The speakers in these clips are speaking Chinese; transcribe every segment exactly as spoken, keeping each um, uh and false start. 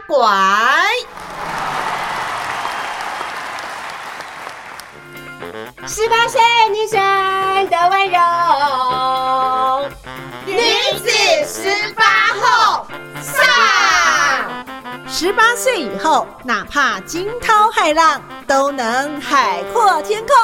馆。十八岁女生的温柔，女子十八后上。 十八岁以后，哪怕惊涛骇浪，都能海阔天空。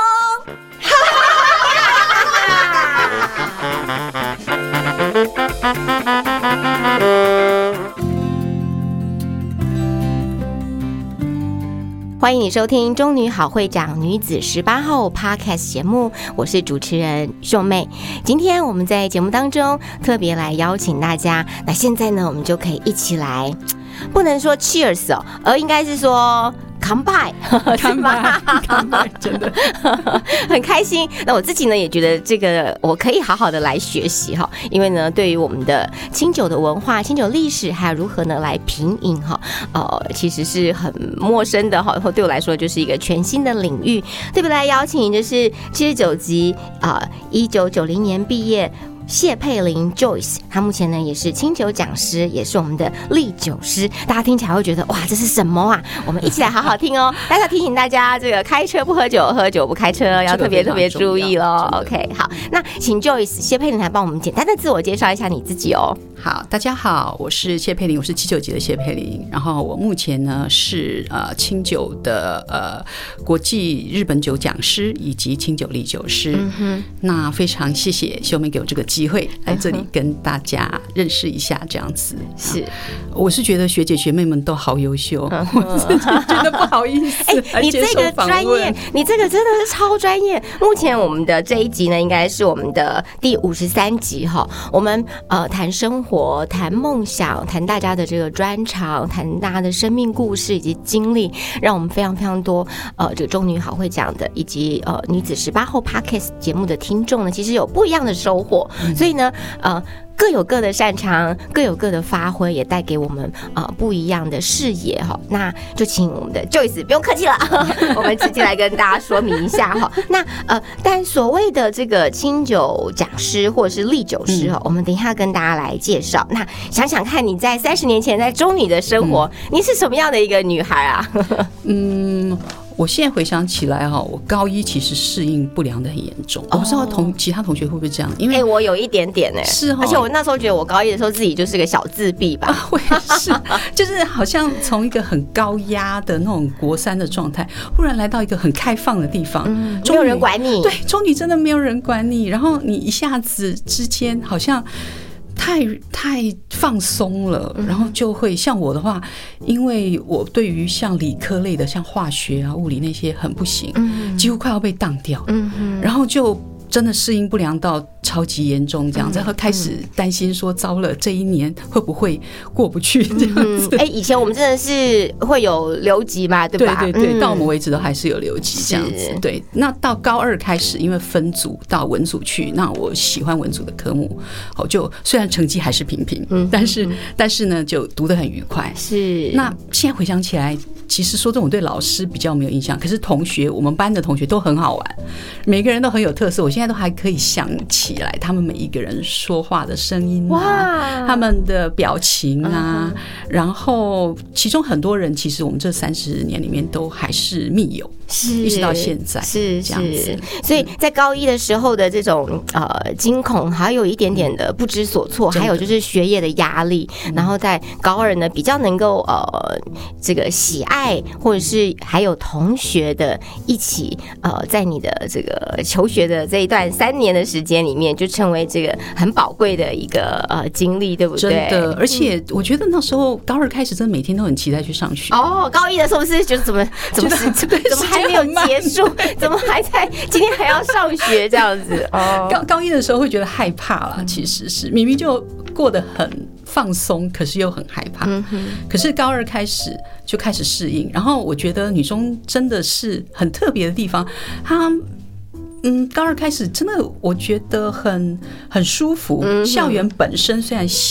欢迎你收听中女好会长女子十八号 Podcast 节目，我是主持人秀妹。今天我们在节目当中特别来邀请大家，那现在呢，我们就可以一起来，不能说 Cheers 哦，而应该是说乾杯， 乾杯，乾杯，真的很开心。那我自己呢，也觉得这个我可以好好的来学习哈，因为呢，对于我们的清酒的文化、清酒历史，还有如何呢来品饮哈，呃，其实是很陌生的哈，对我来说就是一个全新的领域。特别来邀请就是七十九级啊，一九九零年毕业。谢佩玲 Joyce， 她目前呢也是清酒讲师，也是我们的历酒师。大家听起来会觉得哇，这是什么啊？我们一起来好好听哦。但是要提醒大家，这个开车不喝酒，喝酒不开车，要特别特别注意咯。OK， 好，那请 Joyce 谢佩玲来帮我们简单的自我介绍一下你自己哦。 好，大家好，我是谢佩玲，我是七九级的谢佩玲。然后我目前呢是呃清酒的呃国际日本酒讲师以及清酒历酒师。嗯哼，那非常谢谢秀妹给我这个机会来这里跟大家认识一下，这样子。是，我是觉得学姐学妹们都好优秀，嗯、我自己觉得不好意思。哎、欸， 你这个专业，你这个真的是超专业。目前我们的这一集呢，应该是我们的第五十三集哈。我们呃谈生活、谈梦想、谈大家的这个专长、谈大家的生命故事以及经历，让我们非常非常多呃这个中女好会讲的以及呃女子十八后 Podcast 节目的听众呢，其实有不一样的收获。嗯、所以呢。呃，各有各的擅长，各有各的发挥，也带给我们呃不一样的视野哈。那就请我们的 Joyce 不用客气了，我们直接来跟大家说明一下哈。那呃，但所谓的这个清酒讲师或者是历酒师哈、嗯，我们等一下跟大家来介绍。那想想看，你在三十年前在中女的生活、嗯，你是什么样的一个女孩啊？ 嗯。我现在回想起来哈，我高一其实适应不良的很严重，我不知道同其他同学会不会这样，因为、 欸、我有一点点哎、欸， 是哈， 而且我那时候觉得我高一的时候自己就是个小自闭吧， 啊、我也是，就是好像从一个很高压的那种国三的状态，忽然来到一个很开放的地方， 嗯、没有人管你， 对，中女真的没有人管你，然后你一下子之间好像。太太放松了，然后就会像我的话，因为我对于像理科类的，像化学啊、物理那些很不行，几乎快要被当掉，然后就真的适应不良到超级严重这样子，然后开始担心说，糟了，这一年会不会过不去这样子？哎、 嗯欸，以前我们真的是会有留级嘛，对吧？ 对对对，嗯、到我们为止都还是有留级这样子。对，那到高二开始，因为分组到文组去，那我喜欢文组的科目，哦，就虽然成绩还是平平，嗯，但是但是呢，就读得很愉快。 是， 那现在回想起来。其实说这种对老师比较没有印象，可是同学，我们班的同学都很好玩，每个人都很有特色。我现在都还可以想起来，他们每一个人说话的声音啊，他们的表情啊，然后其中很多人，其实我们这三十年里面都还是密友，是一直到现在是这样子。 所以在高一的时候的这种呃惊恐，还有一点点的不知所措，还有就是学业的压力，然后在高二呢比较能够呃这个喜爱。或者是还有同学的一起呃，在你的这个求学的这一段三年的时间里面，就成为这个很宝贵的一个呃经历，对不对？ 真的，而且我觉得那时候高二开始，真的每天都很期待去上学。 哦，高一的时候是就是怎么怎么怎么还没有结束，怎么还在今天还要上学这样子？哦， 高高一的时候会觉得害怕啦，其实是明明就过得很放松，可是又很害怕。嗯、可是高二开始就开始适应，然后我觉得女中真的是很特别的地方，它。嗯，高二开始真的我觉得很很舒服。嗯、校园本身虽然小，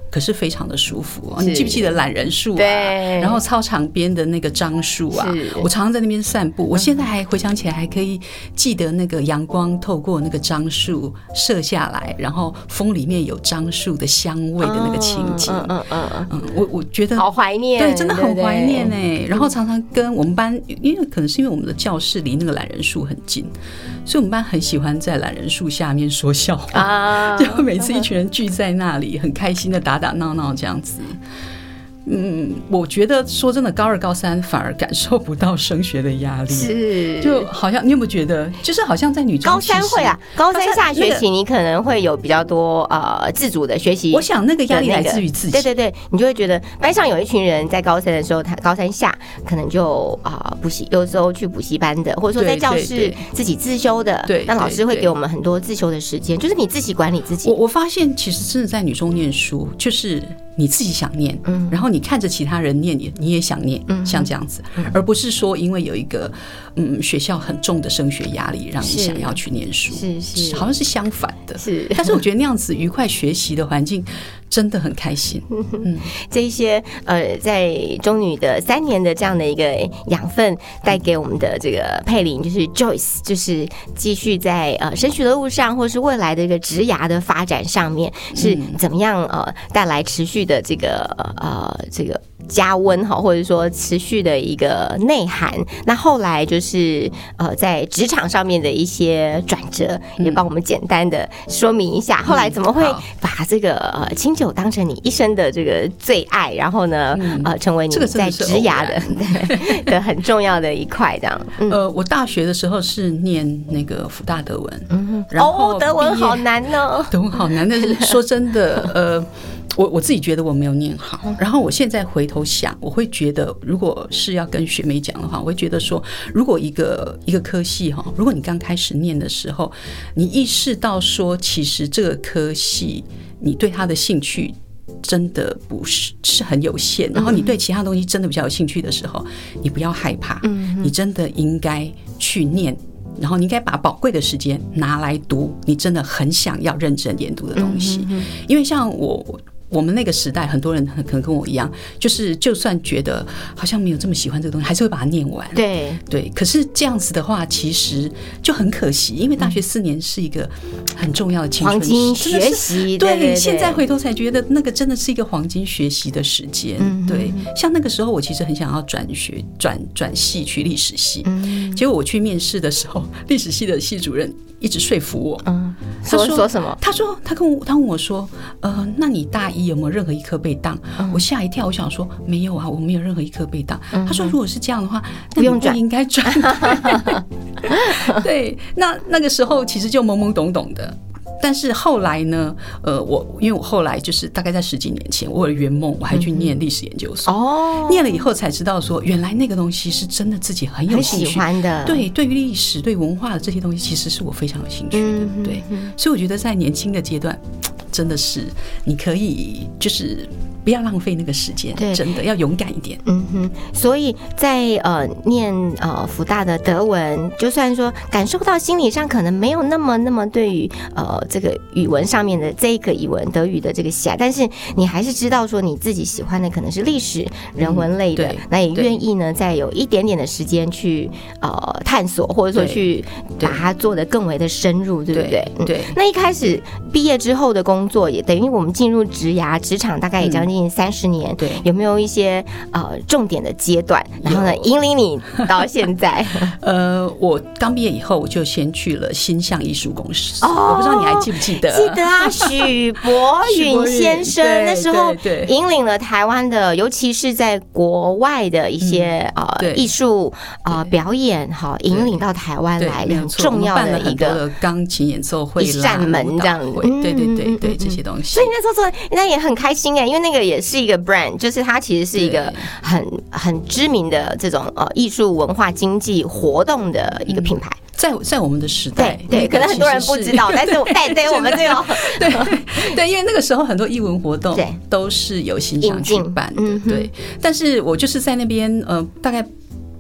可是非常的舒服。你记不记得懒人树啊？ 对， 然后操场边的那个樟树啊，我常常在那边散步。我现在还回想起来，还可以记得那个阳光透过那个樟树射下来，然后风里面有樟树的香味的那个情景。嗯嗯嗯嗯，我我觉得好怀念， 对，真的很怀念哎。然后常常跟我们班，因为可能是因为我们的教室离那个懒人树很近，所以我们班很喜欢在懒人树下面说笑话啊，就每次一群人聚在那里，很开心的打打闹闹这样子。嗯，我觉得说真的，高二高三反而感受不到升学的压力， 是就好像你有没有觉得，就是好像在女中高三会啊，高三下学期你可能会有比较多呃自主的学习， 我想那个压力来自于自己， 对对对，你就会觉得班上有一群人在高三的时候，他高三下可能就啊补习，有时候去补习班的，或者说在教室自己自修的，对，那老师会给我们很多自修的时间，就是你自己管理自己。 我我发现其实真的在女中念书，就是你自己想念，嗯，然后你看着其他人念，你你也想念，嗯，像这样子，而不是说因为有一个嗯学校很重的升学压力，让你想要去念书， 是是， 好像是相反的， 是。 但是我觉得那样子愉快学习的环境真的很开心。 嗯，这一些呃，在中女的三年的这样的一个养分，带给我们的这个佩玲，就是 Joyce， 就是继续在呃升学的路上，或是未来的一个职涯的发展上面，是怎么样呃带来持续的这个呃这个加温哈，或者说持续的一个内涵。那后来就是呃在职场上面的一些转折，也帮我们简单的说明一下，后来怎么会把这个呃清酒当成你一生的这个最爱，然后呢呃成为你在职涯的的很重要的一块这样。 嗯、呃，我大学的时候是念那个辅大德文，嗯， 然后德文好难呢， 德文好难，但是说真的，呃。我我自己觉得我没有念好，然后我现在回头想，我会觉得，如果是要跟学妹讲的话，我会觉得说，如果一个一个科系哈，如果你刚开始念的时候，你意识到说，其实这个科系你对它的兴趣真的不是是很有限，然后你对其他东西真的比较有兴趣的时候，你不要害怕，你真的应该去念。然后你应该把宝贵的时间拿来读你真的很想要认真研读的东西，因为像我我们那个时代，很多人可能跟我一样，就是就算觉得好像没有这么喜欢这个东西，还是会把它念完。 对对，可是这样子的话，其实就很可惜，因为大学四年是一个很重要的青春黄金学习。 对， 对对对， 现在回头才觉得那个真的是一个黄金学习的时间。嗯、对，像那个时候我其实很想要转学转转系去历史系，嗯、结果我去面试的时候，历史系的系主任一直说服我。嗯， 他说说什么？ 他说他跟我他问我说，呃，那你大一有没有任何一科被当？嗯、我吓一跳，我想说没有啊，我没有任何一科被当。嗯、他说如果是这样的话，那你不应该转。对，那那个时候其实就懵懵懂懂的。但是后来呢，呃，我因为我后来就是大概在十几年前，我有了圆梦，我还去念历史研究所。哦，念了以后才知道说，原来那个东西是真的自己很有兴趣、 很喜欢的。 对，对于历史、对文化的这些东西，其实是我非常有兴趣的。嗯、对，所以我觉得在年轻的阶段，真的是你可以就是不要浪费那个时间，真的要勇敢一点。 嗯哼，所以在呃念呃辅大的德文，就算说感受到心理上可能没有那么那么对于呃这个语文上面的这个语文德语的这个喜爱，但是你还是知道说你自己喜欢的可能是历史人文类的，嗯、那也愿意呢再有一点点的时间去呃探索，或者说去把它做得更为的深入，对不对？ 对。对嗯、那一开始毕业之后的工作，也等于我们进入职涯职场，大概也将近三十年，对，有没有一些呃重点的阶段，然后呢引领你到现在？ 呃，我刚毕业以后，我就先去了新象艺术公司，哦、我不知道你还记不记得？ 记得啊，许博允先生那时候引领了台湾的，尤其是在国外的一些、嗯、呃艺术呃表演哈，引领到台湾来很重要的一个钢琴演奏会、 一扇门这样子， 对对对对，这些东西。 所以那时候做，那也很开心哎，因为那个也是一个 brand， 就是它其实是一个很很知名的这种呃艺术文化经济活动的一个品牌。 在在我们的时代， 对，对可能很多人不知道，但是对对，我们这个对对，因为那个时候很多艺文活动都是由新象举办的，对。但是我就是在那边呃，大概。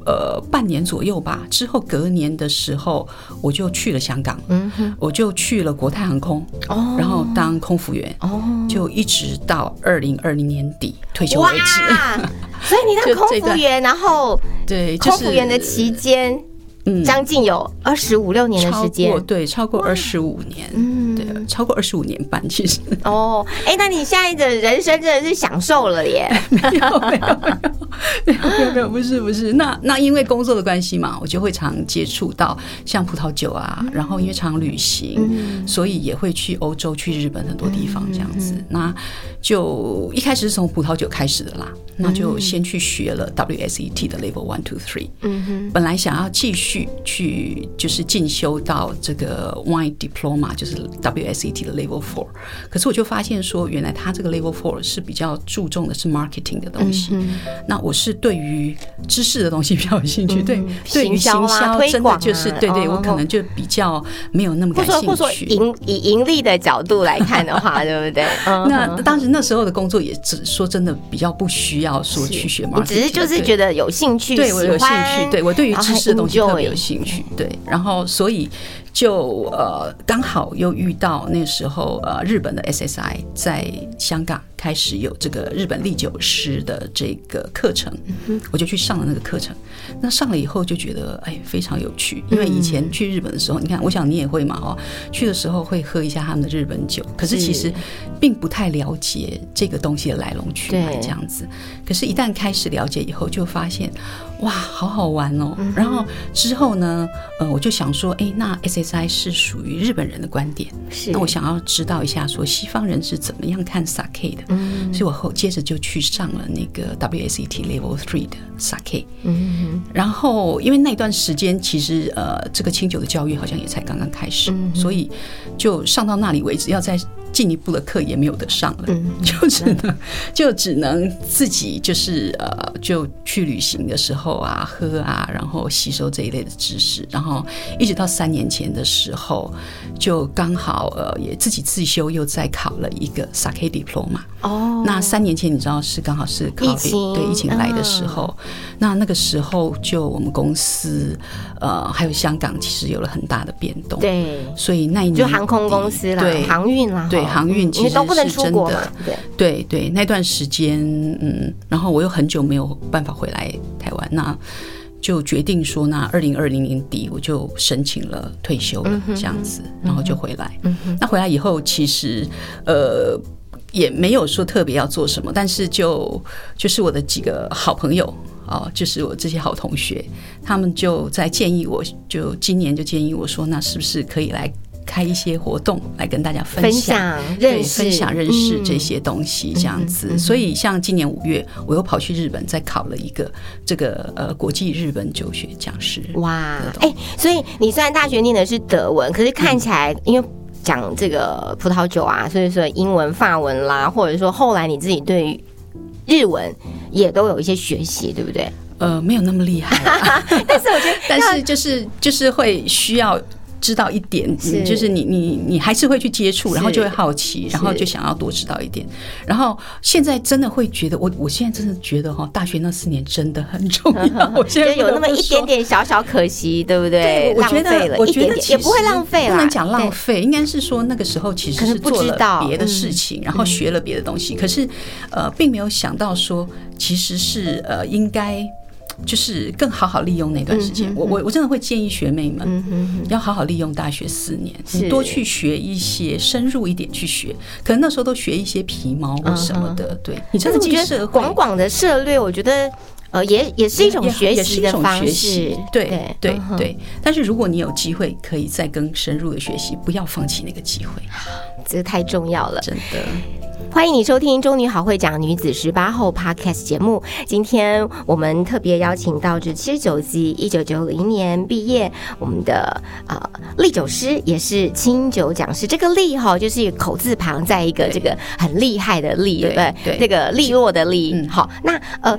呃半年左右吧，之后隔年的时候我就去了香港，嗯哼，我就去了国泰航空，哦，然后当空服员，哦，就一直到二零二零年底退休为止。 所以你当空服员，然后对， 空服员的期间，嗯，将近有二十五六年的时间， 对，超过二十五年，嗯，对，超过二十五年半，其实。 哦，哎，那你现在的人生真的是享受了耶？ 没有，没有，没有，没有，没有，不是，不是。那那因为工作的关系嘛，我就会常接触到像葡萄酒啊，然后因为常旅行，嗯，所以也会去欧洲、去日本很多地方这样子。嗯，那就一开始是从葡萄酒开始的啦，那就先去学了 W S E T 的 Level One Two Three。嗯哼，本来想要继续去就是进修到这个 Wine Diploma， 就是 W S E T 的 Level Four。可是我就发现说，原来他这个 Level Four 是比较注重的是 marketing 的东西。嗯，那我是对于知识的东西比较有兴趣，嗯，对，对于行销真的就是对对，我可能就比较没有那么感兴趣。 或者说盈以盈利的角度来看的话，对不对？ 那当时那时候的工作也只说真的比较不需要说去学 marketing， 只是就是觉得有兴趣， 对我有兴趣，对我对于知识的东西特别有兴趣，对，然后所以就呃刚好又遇到那时候呃日本的 S S I 在香港开始有这个日本唎酒师的这个课程，嗯，我就去上了那个课程。那上了以后就觉得哎非常有趣，因为以前去日本的时候，你看，我想你也会嘛，哦，去的时候会喝一下他们的日本酒，可是其实并不太了解这个东西的来龙去脉这样子。可是，一旦开始了解以后，就发现哇，好好玩哦。嗯，然后之后呢，呃，我就想说，哎，那 S S I 是属于日本人的观点，是那我想要知道一下，说西方人是怎么样看 sake 的。嗯，所以我后接着就去上了那个 W S E T Level Three 的 sake。嗯，然后因为那段时间其实呃，这个清酒的教育好像也才刚刚开始，嗯，所以就上到那里为止，要再进一步的课也没有得上了，嗯，就只能就只能自己就是呃，就去旅行的时候啊，喝啊，然后吸收这一类的知识，然后一直到三年前的时候，就刚好呃也自己自修，又再考了一个 Sake Diploma。哦，那三年前你知道是刚好是疫情对疫情来的时候，嗯，那那个时候就我们公司呃还有香港其实有了很大的变动，对，所以那一年就航空公司啦，对航运啦， 对航运其实是真的， 都不能出国嘛， 对对对，那段时间嗯，然后我又很久没有办法回来台湾，那就决定说，那二零二零年底我就申请了退休了，这样子，然后就回来。嗯，那回来以后，其实呃也没有说特别要做什么，但是就就是我的几个好朋友哦，就是我这些好同学，他们就在建议我，就今年就建议我说，那是不是可以来开一些活动来跟大家分享、 认识、 分享、认识这些东西，这样子。嗯嗯、所以像今年五月，我又跑去日本，再考了一个这个呃国际日本酒学讲师。 哇，哎、欸，所以你虽然大学念的是德文，可是看起来、嗯、因为讲这个葡萄酒啊，所以说英文、法文啦，或者说后来你自己对于日文也都有一些学习，对不对？ 呃，没有那么厉害、啊， 但是我觉得， 但是就是就是会需要知道一点，是就是你你你还是会去接触，然后就会好奇，然后就想要多知道一点。然后现在真的会觉得，我我现在真的觉得哈，大学那四年真的很重要。我现在有那么一点点小小可惜，对不对？ 对，我觉得我觉得也不会浪费啦， 不能讲浪费，应该是说那个时候其实是做了别的事情，然后学了别的东西，可是呃，并没有想到说其实是呃应该。就是更好好利用那段时间，嗯、我我我真的会建议学妹们、嗯、要好好利用大学四年，你多去学一些，深入一点去学。可能那时候都学一些皮毛或什么的，嗯、对你真的进社会广广的涉猎，我觉得呃也也是一种学习的方式， 对对 对, 对, 对。但是如果你有机会可以再更深入的学习，不要放弃那个机会， 这个太重要了， 真的。 欢迎你收听中女好会讲女子十八后 Podcast 节目。今天我们特别邀请到是七十九级一九九零年毕业我们的呃唎酒师，也是清酒讲师。这个唎哈就是一个口字旁，在一个这个很厉害的唎，对不对？对，这个利落的利。嗯、好，那呃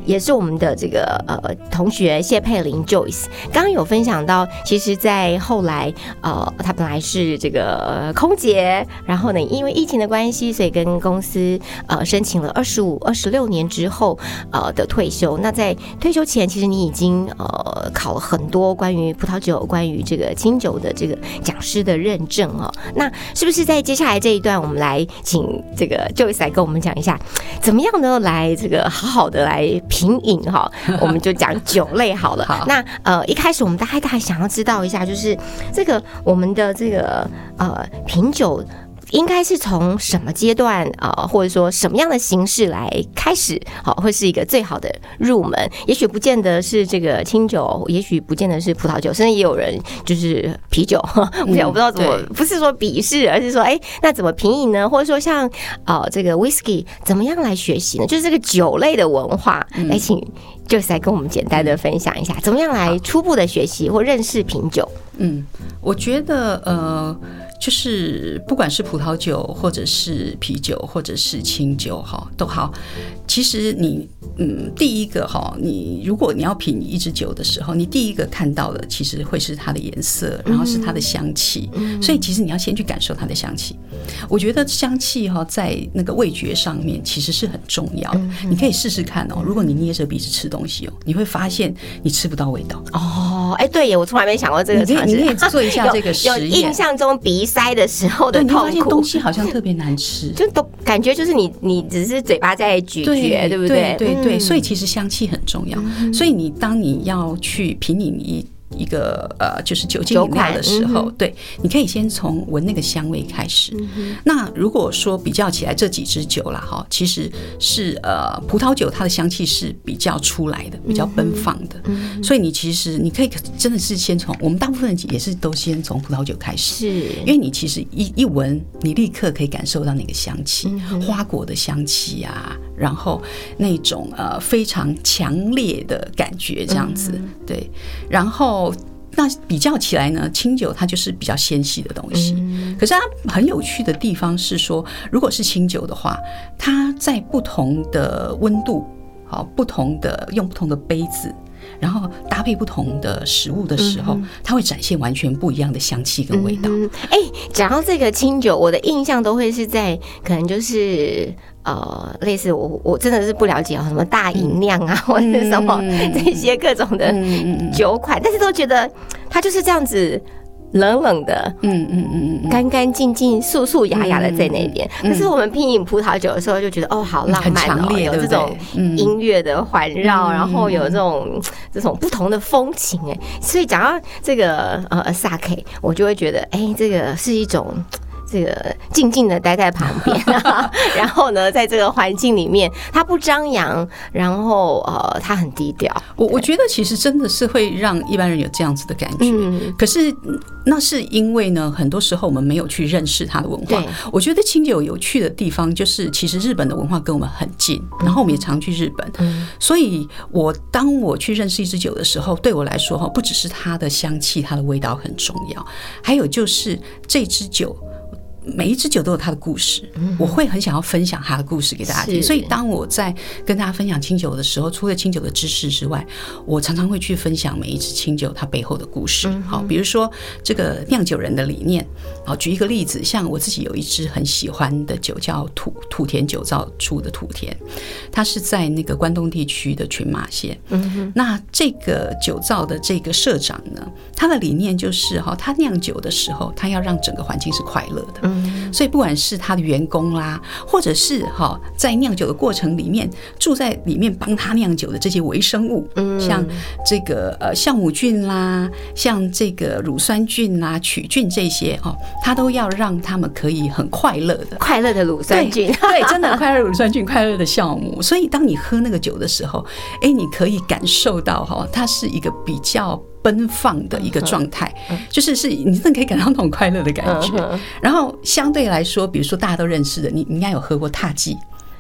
也是我们的这个呃同学谢佩玲 Joyce， 刚刚有分享到，其实，在后来呃，她本来是这个空姐，然后呢，因为疫情的关系，所以跟公司呃申请了二十五、二十六年之后呃的退休。那在退休前，其实你已经呃考了很多关于葡萄酒、关于这个清酒的这个讲师的认证哦。那是不是在接下来这一段，我们来请这个 Joyce 来跟我们讲一下，怎么样呢来这个好好的来品饮哈？我们就讲酒类好了。好，那呃一开始我们大概大概想要知道一下，就是这个我们的这个呃品酒。应该是从什么阶段呃，或者说什么样的形式来开始，好，会是一个最好的入门。也许不见得是这个清酒，也许不见得是葡萄酒，甚至也有人就是啤酒。我想我不知道怎么，不是说鄙视，而是说，哎，那怎么品饮呢？或者说像呃这个 whisky 怎么样来学习呢？就是这个酒类的文化，来请就是来跟我们简单的分享一下，怎么样来初步的学习或认识品酒。 嗯，我觉得呃。就是不管是葡萄酒或者是啤酒或者是清酒哈都好，其实你嗯第一个哈，你如果你要品一支酒的时候，你第一个看到的其实会是它的颜色，然后是它的香气，所以其实你要先去感受它的香气。我觉得香气哈在那个味觉上面其实是很重要的，你可以试试看哦。如果你捏着鼻子吃东西哦，你会发现你吃不到味道哦。 哎，对耶，我从来没想过这个尝试。 你可以做一下这个实验。 有印象中鼻塞的时候的痛苦， 你发现东西好像特别难吃， 就都感觉就是你你只是嘴巴在咀嚼， 对, 对不对？ 对对对、嗯，所以其实香气很重要。嗯、所以你当你要去品饮一一个呃，就是酒精饮料的时候，嗯、对，你可以先从闻那个香味开始。嗯、那如果说比较起来这几支酒啦，哈，其实是呃葡萄酒它的香气是比较出来的，比较奔放的。嗯、所以你其实你可以真的是先从我们大部分人也是都先从葡萄酒开始，是因为你其实一一闻，你立刻可以感受到那个香气，嗯、花果的香气啊，然后那种呃非常强烈的感觉，这样子，嗯、对，然后。那比较起来呢，清酒它就是比较纤细的东西，嗯、可是它很有趣的地方是说，如果是清酒的话，它在不同的温度，好，不同的用不同的杯子，然后搭配不同的食物的时候，嗯、它会展现完全不一样的香气跟味道。 哎、嗯，讲到这个清酒，我的印象都会是在可能就是呃，类似我我真的是不了解什么大吟酿啊，嗯、或者什么这些各种的酒款，嗯、但是都觉得它就是这样子。冷冷的，嗯嗯嗯嗯，干干净净、素素雅雅的在那边。可、嗯嗯、是我们品饮葡萄酒的时候，就觉得哦，好浪漫哦，有这种音乐的环绕，嗯、然后有这种这种不同的风情哎。所以讲到这个呃 sake， 我就会觉得，哎，这个是一种。这个静静的待在旁边、啊，然后呢，在这个环境里面，它不张扬，然后呃，它很低调。 我我觉得其实真的是会让一般人有这样子的感觉，嗯、可是那是因为呢，很多时候我们没有去认识它的文化。我觉得清酒有趣的地方就是，其实日本的文化跟我们很近，然后我们也常去日本，嗯、所以我当我去认识一支酒的时候，对我来说哈，不只是它的香气、它的味道很重要，还有就是这支酒。每一支酒都有它的故事，我会很想要分享它的故事给大家听。所以当我在跟大家分享清酒的时候，除了清酒的知识之外，我常常会去分享每一支清酒它背后的故事。好，比如说这个酿酒人的理念。好，举一个例子，像我自己有一支很喜欢的酒叫土土田酒造出的土田，它是在那个关东地区的群马县。嗯，那这个酒造的这个社长呢，他的理念就是哈，他酿酒的时候，他要让整个环境是快乐的。嗯。所以不管是他的员工啦，或者是哈在酿酒的过程里面住在里面帮他酿酒的这些微生物，嗯、像这个呃酵母菌啦，像这个乳酸菌啦、曲菌这些哦，他都要让他们可以很快乐的快乐的乳酸菌， 对，对真的快乐乳酸菌、快乐的酵母。所以当你喝那个酒的时候，哎，你可以感受到哈，它是一个比较。奔放的一个状态，就是是你真的可以感到那种快乐的感觉。然后相对来说，比如说大家都认识的，你应该有喝过踏剂。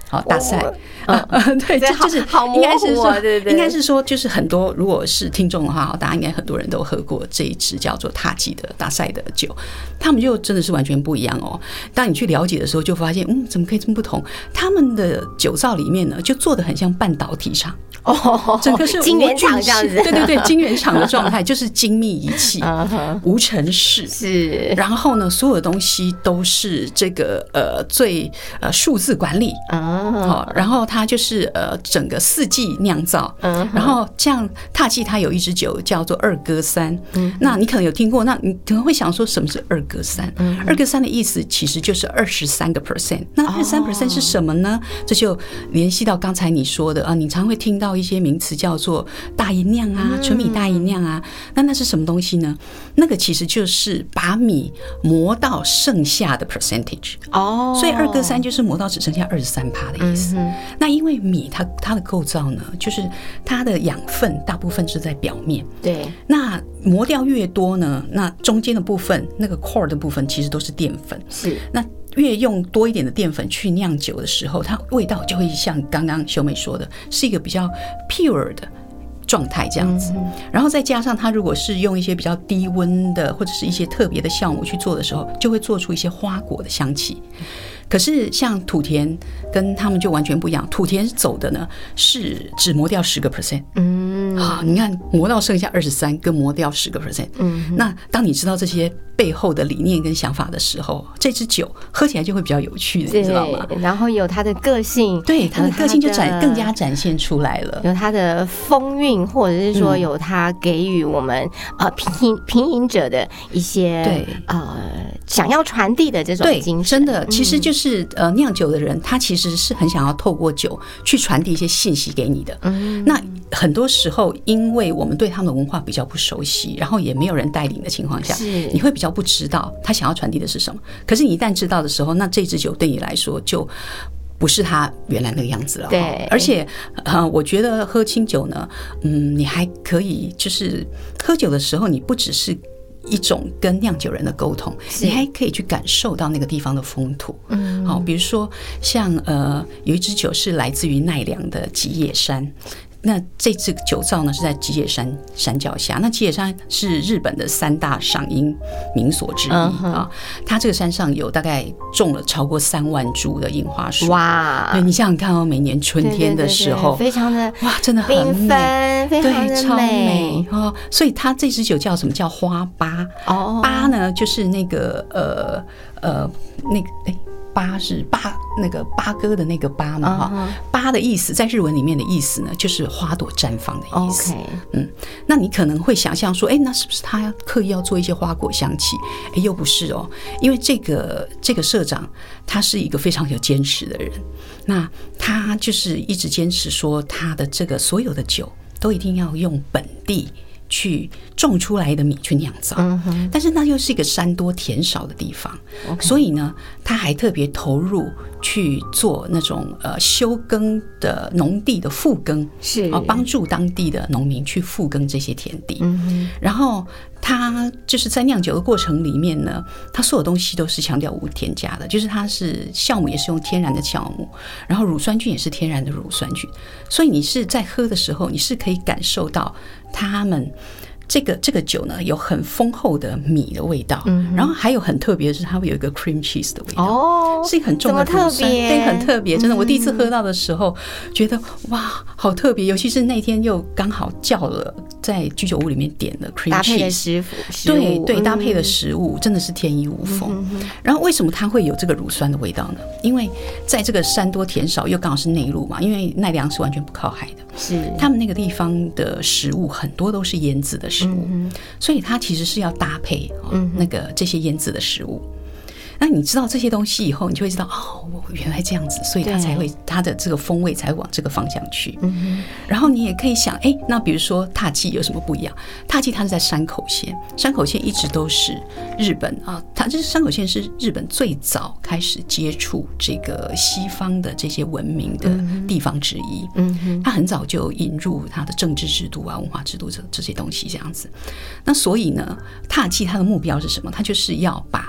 好大赛。 嗯嗯，对，这就是应该是说， 对对， 应该是说，就是很多如果是听众的话，大家应该很多人都喝过这一支叫做塔吉的大赛的酒，他们就真的是完全不一样哦。当你去了解的时候，就发现，嗯，怎么可以这么不同？他们的酒造里面呢，就做得很像半导体厂。 哦， 整个是晶圆厂这样子， 对对对，晶圆厂的状态就是精密仪器，无尘室是。 然后呢，所有的东西都是这个呃最呃数字管理啊，然后它就是呃整个四季酿造，然后像踏迹它有一支酒叫做二哥三，那你可能有听过，那你可能会想说什么是二哥三？二哥三的意思其实就是二十三个 percent， 那二十三 percent 是什么呢？这就联系到刚才你说的啊，你常会听到一些名词叫做大吟酿啊，纯米大吟酿啊，那那是什么东西呢？那个其实就是把米磨到剩下的 percentage 哦，所以二哥三就是磨到只剩下二十三趴的意思。那因为米它它的构造呢，就是它的养分大部分是在表面， 对， 那磨掉越多呢，那中间的部分那个 core 的部分其实都是淀粉， 是那。 越用多一点的淀粉去酿酒的时候，它味道就会像刚刚秀美说的，是一个比较 pure 的状态这样子。然后再加上它如果是用一些比较低温的或者是一些特别的酵母去做的时候，就会做出一些花果的香气。可是像土田跟他们就完全不一样，土田走的呢是只磨掉十个 percent， 嗯，好，你看磨到剩下二十三，跟磨掉十个 percent， 嗯，那当你知道这些背后的理念跟想法的时候，这支酒喝起来就会比较有趣的，你知道吗？ 然后有它的个性， 对，它的个性就展更加展现出来了， 有它的风韵，或者是说有它给予我们呃品品饮者的一些对呃想要传递的这种精神， 真的，其实就是。是呃，酿酒的人，他其实是很想要透过酒去传递一些信息给你的。嗯，那很多时候，因为我们对他们的文化比较不熟悉，然后也没有人带领的情况下，你会比较不知道他想要传递的是什么。可是你一旦知道的时候，那这支酒对你来说就不是他原来那个样子了。 对， 而且呃，我觉得喝清酒呢，嗯，你还可以就是喝酒的时候，你不只是一种跟酿酒人的沟通，你还可以去感受到那个地方的风土。嗯，好，比如说像呃，有一支酒是来自于奈良的吉野山。那这支酒造呢是在吉野山山脚下，那吉野山是日本的三大赏樱名所之一啊。它这个山上有大概种了超过三万株的樱花树。哇！对，你想想看哦，每年春天的时候， 对对对对非常的哇，真的很美， 非常的对，超美哦。所以它这支酒叫什么？叫花八哦。八呢，就是那个呃呃那个哎。八是八那个八哥的那个八嘛哈，八的意思在日文里面的意思呢，就是花朵绽放的意思。嗯，那你可能会想象说，哎、欸，那是不是他刻意要做一些花果香气？哎、欸，又不是哦，因为这个这个社长他是一个非常有坚持的人，那他就是一直坚持说，他的这个所有的酒都一定要用本地去种出来的米去酿造，但是那又是一个山多田少的地方，所以呢，他还特别投入去做那种呃休耕的农地的复耕，是啊，帮助当地的农民去复耕这些田地。然后他就是在酿酒的过程里面呢，他所有东西都是强调无添加的，就是它是酵母也是用天然的酵母，然后乳酸菌也是天然的乳酸菌，所以你是在喝的时候，你是可以感受到他们这个这个酒呢有很丰厚的米的味道，嗯、然后还有很特别的是它会有一个 cream cheese 的味道，哦，是一个很重的乳酸，对，很特别，真的，我第一次喝到的时候、嗯、觉得哇，好特别，尤其是那天又刚好叫了在居酒屋里面点了 cream cheese 搭配的食物， 对对，搭配的食物真的是天衣无缝。嗯、然后为什么它会有这个乳酸的味道呢？因为在这个山多田少，又刚好是内陆嘛，因为奈良是完全不靠海的，是他们那个地方的食物很多都是腌制的食物，嗯、所以它其实是要搭配、哦嗯、那个这些腌制的食物。那你知道这些东西以后，你就会知道哦，原来这样子，所以它才会它的这个风味才会往这个方向去。嗯、然后你也可以想，哎，那比如说塔基有什么不一样？塔基它是在山口县，山口县一直都是日本啊，它就是山口县是日本最早开始接触这个西方的这些文明的地方之一。嗯，它很早就引入它的政治制度啊、文化制度这这些东西这样子。那所以呢，塔基它的目标是什么？它就是要把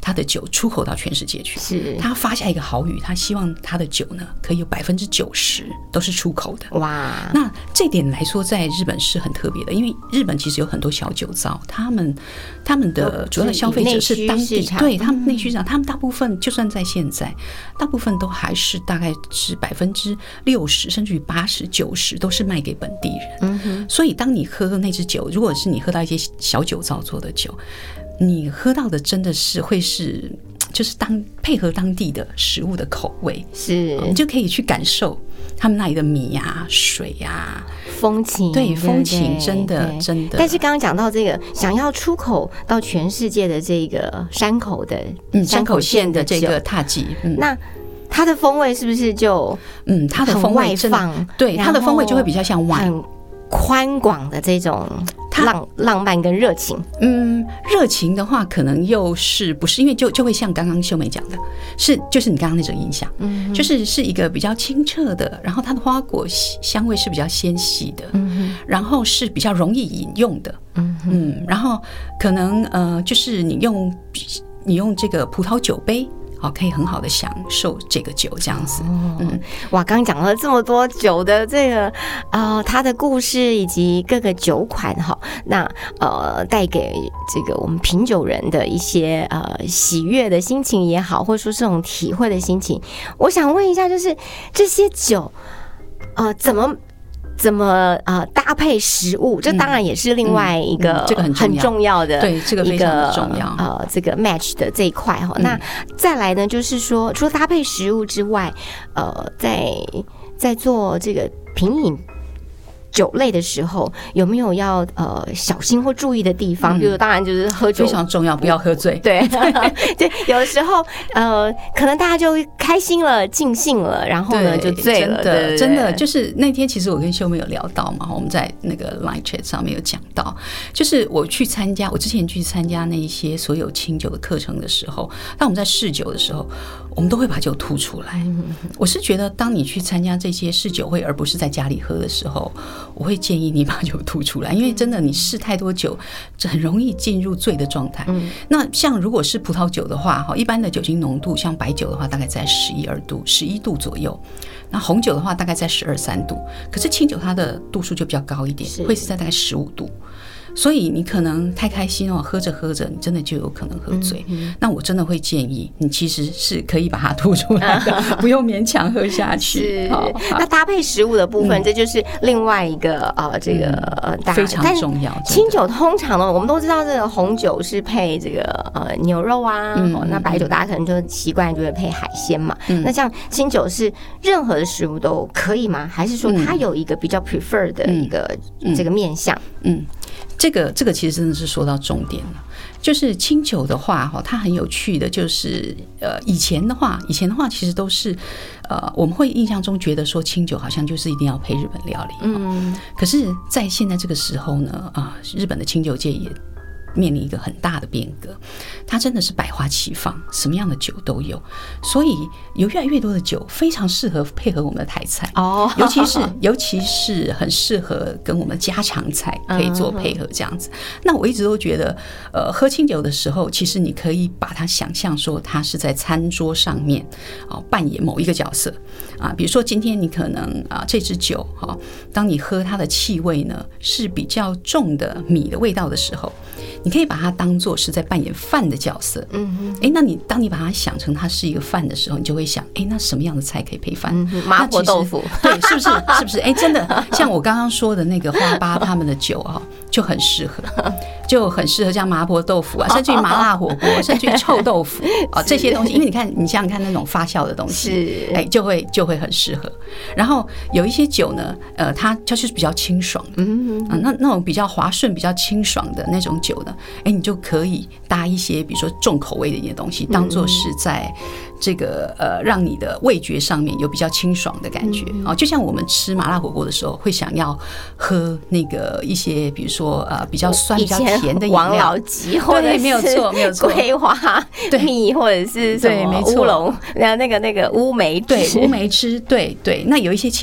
他的酒出口到全世界去， 是他发下一个豪语，他希望他的酒呢可以有百分之九十都是出口的。 哇， 那这点来说，在日本是很特别的，因为日本其实有很多小酒造，他们他们的主要的消费者是当地，对他们内需市场，他们大部分就算在现在，大部分都还是大概是百分之六十甚至于八十九十都是卖给本地人。嗯哼，所以当你喝那支酒，如果是你喝到一些小酒造做的酒，你喝到的真的是会是就是当配合当地的食物的口味， 是你就可以去感受他们那里的米啊、水啊、 风情， 对风情，真的真的。 但是刚刚讲到这个，想要出口到全世界的这个山口的嗯山口县的这个塔吉，嗯， 那它的风味是不是就嗯它的风味真的对它的风味就会比较像 wine。 宽广的这种浪浪漫跟热情， 嗯，热情的话可能又是不是，因为就就会像刚刚秀美讲的，是就是你刚刚那种印象，嗯，就是是一个比较清澈的，然后它的花果香味是比较纤细的，嗯，然后是比较容易饮用的，嗯嗯，然后可能呃就是你用你用这个葡萄酒杯。可以很好的享受这个酒，这样子。嗯， 哇，刚刚讲了这么多酒的这个呃它的故事以及各个酒款哈，那呃带给这个我们品酒人的一些呃喜悦的心情也好，或者说这种体会的心情，我想问一下，就是这些酒呃怎么？怎么呃搭配食物，这当然也是另外一个很重要的， 对，这个非常的重要。 呃，这个 match 的这一块哈，那再来呢，就是说除了搭配食物之外，呃，在在做这个品饮酒类的时候，有没有要呃小心或注意的地方？比如当然就是喝酒非常重要，不要喝醉。 对对，有的时候呃，可能大家就开心了、尽兴了，然后呢就醉了。 真的，真的就是那天其实我跟秀妹有聊到嘛，我们在那个 Line Chat 上面有讲到，就是我去参加，我之前去参加那一些所有清酒的课程的时候，当我们在试酒的时候，我们都会把酒吐出来。我是觉得，当你去参加这些试酒会，而不是在家里喝的时候，我会建议你把酒吐出来，因为真的你试太多酒，很容易进入醉的状态。嗯，那像如果是葡萄酒的话，哈，一般的酒精浓度，像白酒的话，大概在十一二度、十一度左右；那红酒的话，大概在十二三度。可是清酒它的度数就比较高一点，会是在大概十五度。所以你可能太开心哦，喝着喝着，你真的就有可能喝醉。嗯嗯，那我真的会建议你，其实是可以把它吐出来的，不用勉强喝下去。 那搭配食物的部分，嗯、这就是另外一个呃，这个呃， 嗯、非常重要。 清酒通常呢，我们都知道这个红酒是配这个呃牛肉啊，嗯哦、那白酒大家可能就习惯就会配海鲜嘛。嗯、那像清酒是任何的食物都可以吗？还是说它有一个比较 prefer 的一个、嗯、这个面向？嗯。嗯这个这个其实真的是说到重点了，就是清酒的话哈，它很有趣的，就是呃以前的话，以前的话其实都是呃我们会印象中觉得说清酒好像就是一定要配日本料理，嗯，可是，在现在这个时候呢，啊，日本的清酒界也面临一个很大的变革，它真的是百花齐放，什么样的酒都有，所以有越来越多的酒非常适合配合我们的台菜哦，尤其是尤其是很适合跟我们家常菜可以做配合这样子。那我一直都觉得，呃，喝清酒的时候，其实你可以把它想象说，它是在餐桌上面哦扮演某一个角色啊，比如说今天你可能啊这支酒哈，当你喝它的气味呢是比较重的米的味道的时候。你可以把它当作是在扮演饭的角色，嗯，哎，那你当你把它想成它是一个饭的时候，你就会想，哎，那什么样的菜可以配饭？ 嗯、麻婆豆腐， 对，是不是？是不是？哎，真的，像我刚刚说的那个花巴他们的酒啊，就很适合，就很适合像麻婆豆腐啊，甚至于麻辣火锅，甚至于臭豆腐啊这些东西，因为你看，你想想看那种发酵的东西，哎，就会就会很适合。然后有一些酒呢，呃，它就是比较清爽的，嗯嗯，那那种比较滑顺、比较清爽的那种酒呢。哎，你就可以搭一些，比如说重口味的一些东西，当做是在这个呃，让你的味觉上面有比较清爽的感觉啊。就像我们吃麻辣火锅的时候，会想要喝那个一些，比如说呃，比较酸、比较甜的饮料， 王老吉或者是没有错，没有错， 桂花蜜或者是什么乌龙，那那个那个乌梅汁， 对乌梅汁，对对。那有一些清酒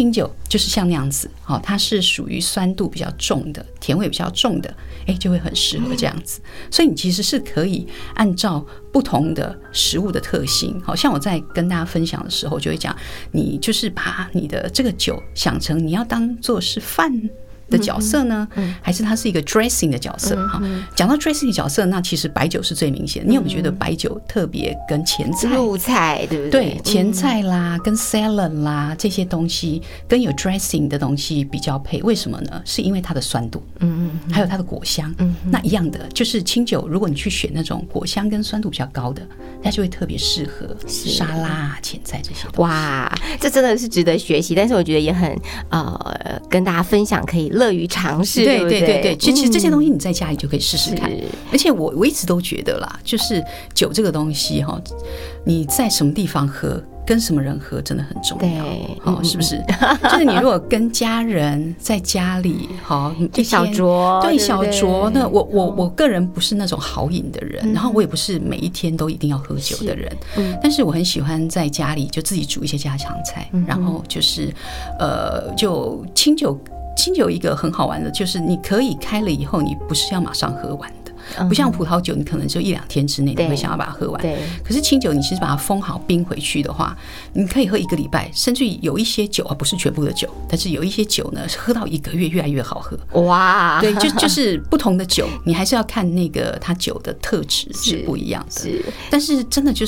就是像那样子，好，它是属于酸度比较重的，甜味比较重的，哎，就会很适合这样子。所以你其实是可以按照不同的食物的特性，好像我在跟大家分享的时候就会讲，你就是把你的这个酒想成你要当做是饭的角色呢，还是它是一个 dressing 的角色？哈，讲到 dressing 的角色，那其实白酒是最明显的。你有没有觉得白酒特别跟前菜、 入菜，对不对？ 对，前菜啦，跟 salad 啦这些东西，跟有 dressing 的东西比较配。为什么呢？是因为它的酸度，嗯嗯，还有它的果香，嗯，那一样的，就是清酒，如果你去选那种果香跟酸度比较高的，它就会特别适合沙拉、前菜这些东西。 哇，这真的是值得学习，但是我觉得也很呃，跟大家分享可以。乐于尝试， 对对对对，其实这些东西你在家里就可以试试看。而且我我一直都觉得啦，就是酒这个东西哈，你在什么地方喝，跟什么人喝真的很重要，好，是不是？就是你如果跟家人在家里，好， 一小酌， 对小酌，那我我我个人不是那种好饮的人，然后我也不是每一天都一定要喝酒的人，但是我很喜欢在家里就自己煮一些家常菜，然后就是呃，就清酒。清酒一个很好玩的，就是你可以开了以后，你不是要马上喝完的，不像葡萄酒，你可能就一两天之内你会想要把它喝完。可是清酒，你其实把它封好冰回去的话，你可以喝一个礼拜，甚至有一些酒啊，不是全部的酒，但是有一些酒呢，喝到一个月越来越好喝。哇，对，就就是不同的酒，你还是要看那个它酒的特质是不一样的。是，但是真的就是，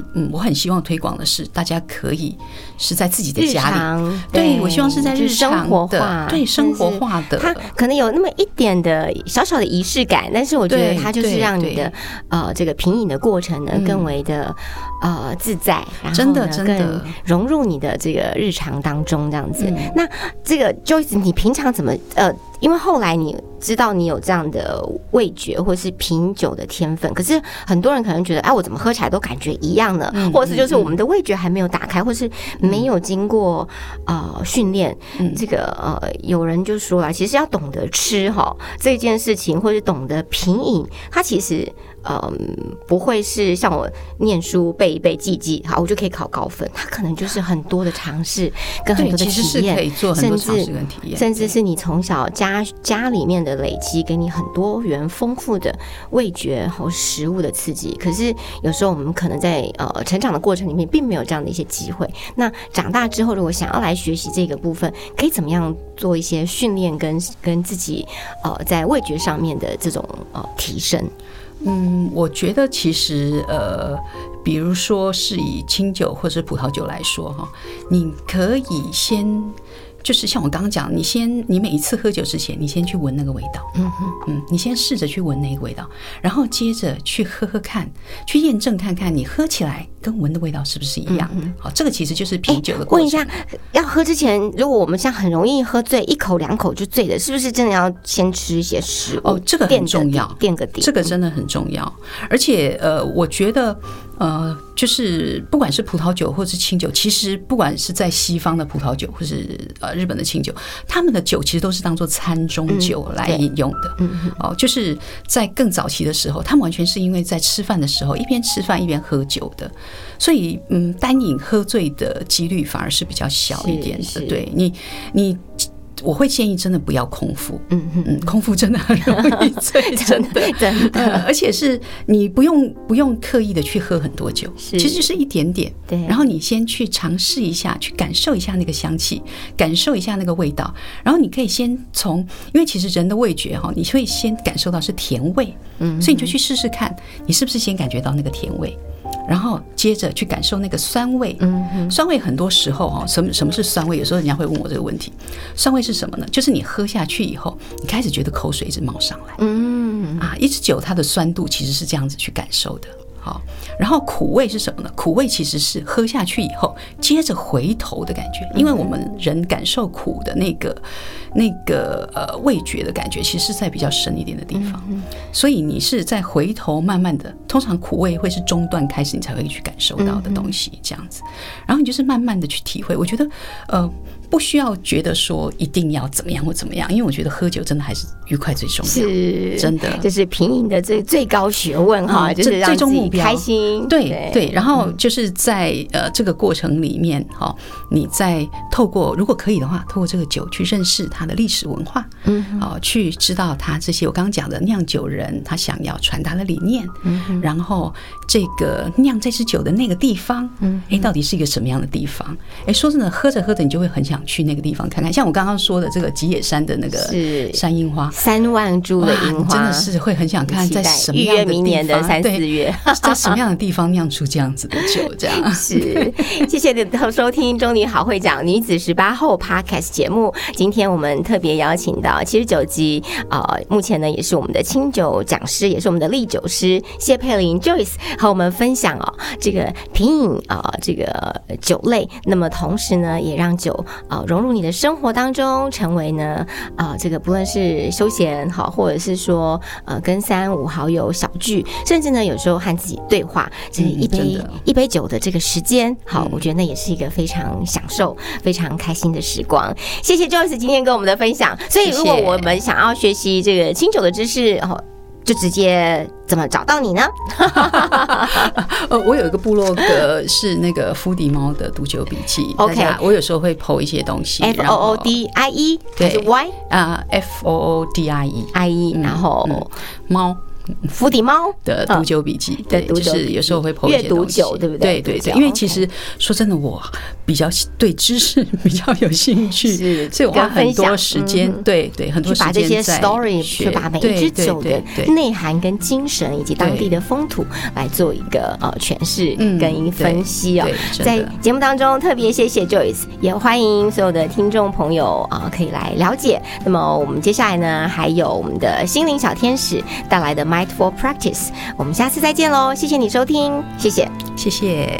嗯，我很希望推广的是，大家可以是在自己的家里，对我希望是在日常的，对生活化的， 它可能有那么一点的小小的仪式感，但是我觉得它就是让你的呃这个品饮的过程呢更为的呃自在，然后呢更融入你的这个日常当中这样子。那这个 Joyce， 你平常怎么呃？因为后来你知道你有这样的味觉或是品酒的天分，可是很多人可能觉得，哎，我怎么喝起来都感觉一样呢？或者是就是我们的味觉还没有打开，或是没有经过呃训练。这个呃，有人就说了，其实要懂得吃哈这件事情，或是懂得品饮，它其实。嗯，不会是像我念书背一背记记，好，我就可以考高分。它可能就是很多的尝试跟很多的体验， 可以做很多尝试跟体验， 甚至是你从小家家里面的累积，给你很多元丰富的味觉和食物的刺激。可是有时候我们可能在呃成长的过程里面，并没有这样的一些机会。那长大之后，如果想要来学习这个部分，可以怎么样做一些训练跟跟自己呃在味觉上面的这种呃提升？ 嗯，我觉得其实呃，比如说是以清酒或者葡萄酒来说哈，你可以先。就是像我刚刚讲，你先，你每一次喝酒之前，你先去闻那个味道，嗯嗯，你先试着去闻那个味道，然后接着去喝喝看，去验证看看你喝起来跟闻的味道是不是一样的。好，这个其实就是品酒的过程。 问一下，要喝之前，如果我们像很容易喝醉，一口两口就醉的，是不是真的要先吃一些食物？ 哦，这个很重要， 垫个底， 这个真的很重要。而且呃，我觉得呃，就是不管是葡萄酒或是清酒，其实不管是在西方的葡萄酒或是呃日本的清酒，他们的酒其实都是当做餐中酒来饮用的。嗯，哦，就是在更早期的时候，他们完全是因为在吃饭的时候一边吃饭一边喝酒的，所以嗯，单饮喝醉的几率反而是比较小一点的。对你，你。我会建议真的不要空腹，嗯嗯，空腹真的很容易醉，真的真的，而且是你不用不用刻意的去喝很多酒，其实就是一点点，对，然后你先去尝试一下，去感受一下那个香气，感受一下那个味道，然后你可以先从，因为其实人的味觉哈，你会先感受到是甜味，嗯，所以你就去试试看，你是不是先感觉到那个甜味。然后接着去感受那个酸味，嗯，酸味很多时候哈，什么什么是酸味？有时候人家会问我这个问题，酸味是什么呢？就是你喝下去以后，你开始觉得口水一直冒上来，嗯啊，一支酒它的酸度其实是这样子去感受的。好，然后苦味是什么呢？苦味其实是喝下去以后，接着回头的感觉，因为我们人感受苦的那个、那个呃味觉的感觉，其实是在比较深一点的地方，所以你是在回头慢慢的，通常苦味会是中段开始你才会去感受到的东西，这样子，然后你就是慢慢的去体会。我觉得呃。 不需要觉得说一定要怎么样或怎么样，因为我觉得喝酒真的还是愉快最重要， 是真的， 这是品饮的最最高学问哈、嗯，就是让自己开心。 对 对, 对，然后就是在呃这个过程里面哈，你在透过如果可以的话，透过这个酒去认识它的历史文化，嗯，哦，去知道它这些我刚刚讲的酿酒人他想要传达的理念，嗯，然后这个酿这支酒的那个地方，嗯，哎，到底是一个什么样的地方？哎，说真的，喝着喝着你就会很想去那个地方看看。像我刚刚说的这个吉野山的那个山樱花， 三万株的樱花， 真的是会很想看在什么样的地方，预约明年的三四月， 在什么样的地方酿出这样子的酒，这样是。谢谢你的收听，中女好会讲女子十八后 Podcast 节目。今天我们特别邀请到七十九集，呃，目前呢也是我们的清酒讲师，也是我们的唎酒师谢佩玲 Joyce 和我们分享哦这个品饮啊、呃、这个酒类，那么同时呢也让酒呃融入你的生活当中，成为呢啊、呃、这个不论是休闲好，或者是说呃跟三五好友小聚，甚至呢有时候和自己对话，这一杯、嗯、一杯酒的这个时间，好，我觉得那也是一个非常享受、非常开心的时光。谢谢 Joyce 今天跟我们的分享。所以如果我们想要学习这个清酒的知识，哦，就直接怎么找到你呢？ 呃，我有一个部落格是那个伏迪猫的毒酒笔记 ，OK， 我有时候会 po 一些东西 ，F O O D I E 还是 Y 啊 ，F O O D I E I E， 然后猫。伏迪猫的毒酒笔记，对，就是有时候会 po 一些东西， 阅读酒，对不对？ 对对对，因为其实说真的，我比较对知识比较有兴趣，所以我花很多时间，对对，很多时间在把这些 story， 去把每一支酒的内涵跟精神以及当地的风土来做一个呃诠释跟一个分析啊。在节目当中特别谢谢 Joyce， 也欢迎所有的听众朋友啊可以来了解。那么我们接下来呢，还有我们的心灵小天使带来的 Mindful Practice， 我们下次再见喽！谢谢你收听，谢谢， 谢谢。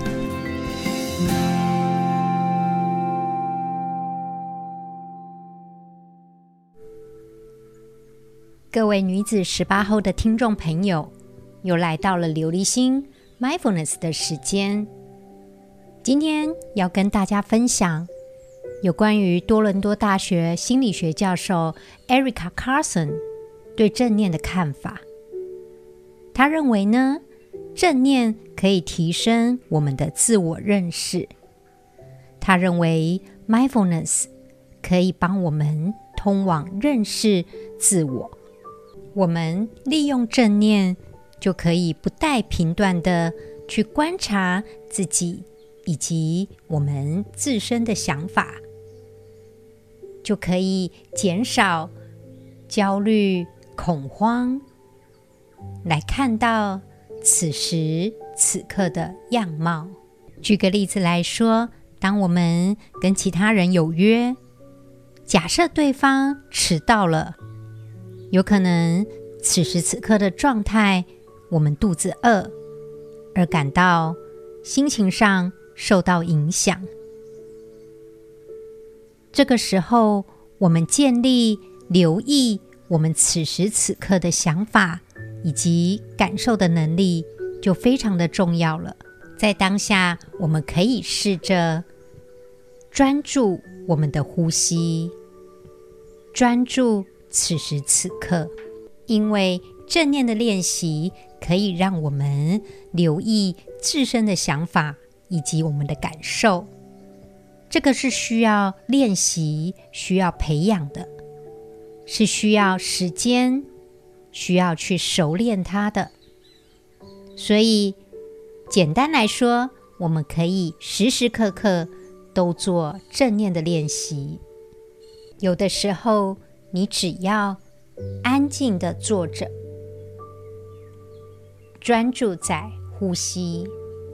各位女子十八后的听众朋友，又来到了琉璃心 Mindfulness 的时间。今天要跟大家分享有关于多伦多大学心理学教授 Erica Carson 对正念的看法。他认为呢，正念可以提升我们的自我认识。他认为 mindfulness 可以帮我们通往认识自我。我们利用正念，就可以不带评断的去观察自己以及我们自身的想法，就可以减少焦虑、恐慌，来看到此时此刻的样貌。举个例子来说，当我们跟其他人有约，假设对方迟到了，有可能此时此刻的状态，我们肚子饿，而感到心情上受到影响。这个时候，我们建立留意我们此时此刻的想法以及感受的能力就非常的重要了。在当下，我们可以试着专注我们的呼吸，专注此时此刻，因为正念的练习可以让我们留意自身的想法以及我们的感受。这个是需要练习、需要培养的，是需要时间、需要去熟练它的。所以简单来说，我们可以时时刻刻都做正念的练习。有的时候你只要安静地坐着，专注在呼吸，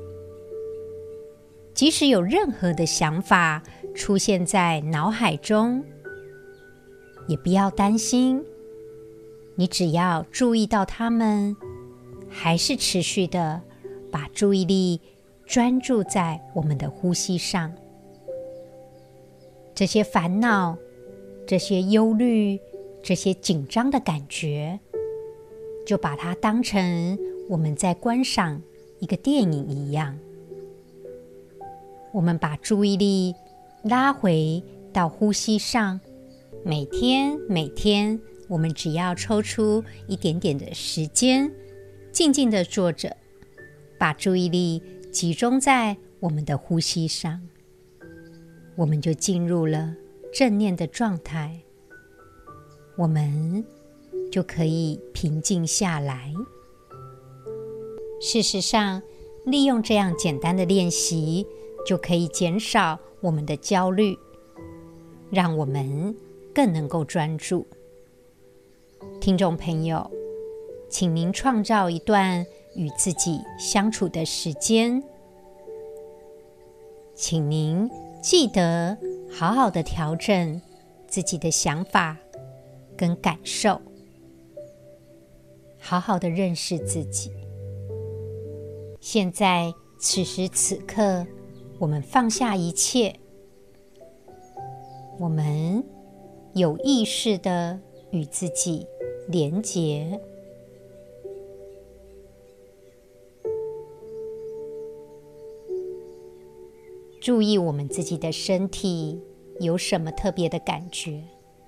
即使有任何的想法出现在脑海中，也不要担心，你只要注意到它们，还是持续的把注意力专注在我们的呼吸上。这些烦恼、这些忧虑、这些紧张的感觉，就把它当成我们在观赏一个电影一样。我们把注意力拉回到呼吸上。每天每天，我们只要抽出一点点的时间，静静地坐着，把注意力集中在我们的呼吸上，我们就进入了正念的状态，我们就可以平静下来。事实上，利用这样简单的练习，就可以减少我们的焦虑，让我们更能够专注。听众朋友，请您创造一段与自己相处的时间，请您记得好好的调整自己的想法跟感受，好好的认识自己。现在此时此刻，我们放下一切，我们有意识的与自己连结。注意我们自己的身体有什么特别的感觉。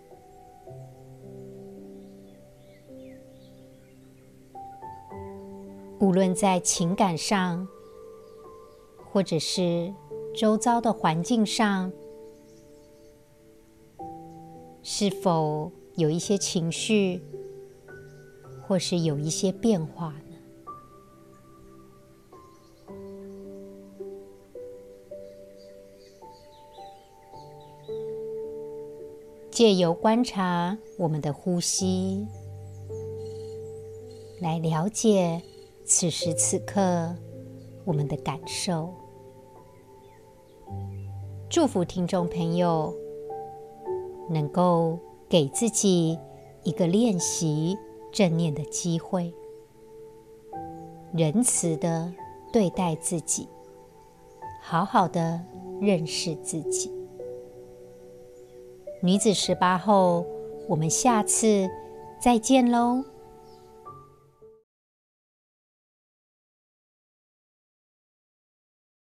无论在情感上，或者是周遭的环境上，是否有一些情绪，或是有一些变化呢？借由观察我们的呼吸，来了解此时此刻我们的感受。祝福听众朋友能够给自己一个练习正念的机会，仁慈的对待自己，好好的认识自己。女子十八后，我们下次再见喽。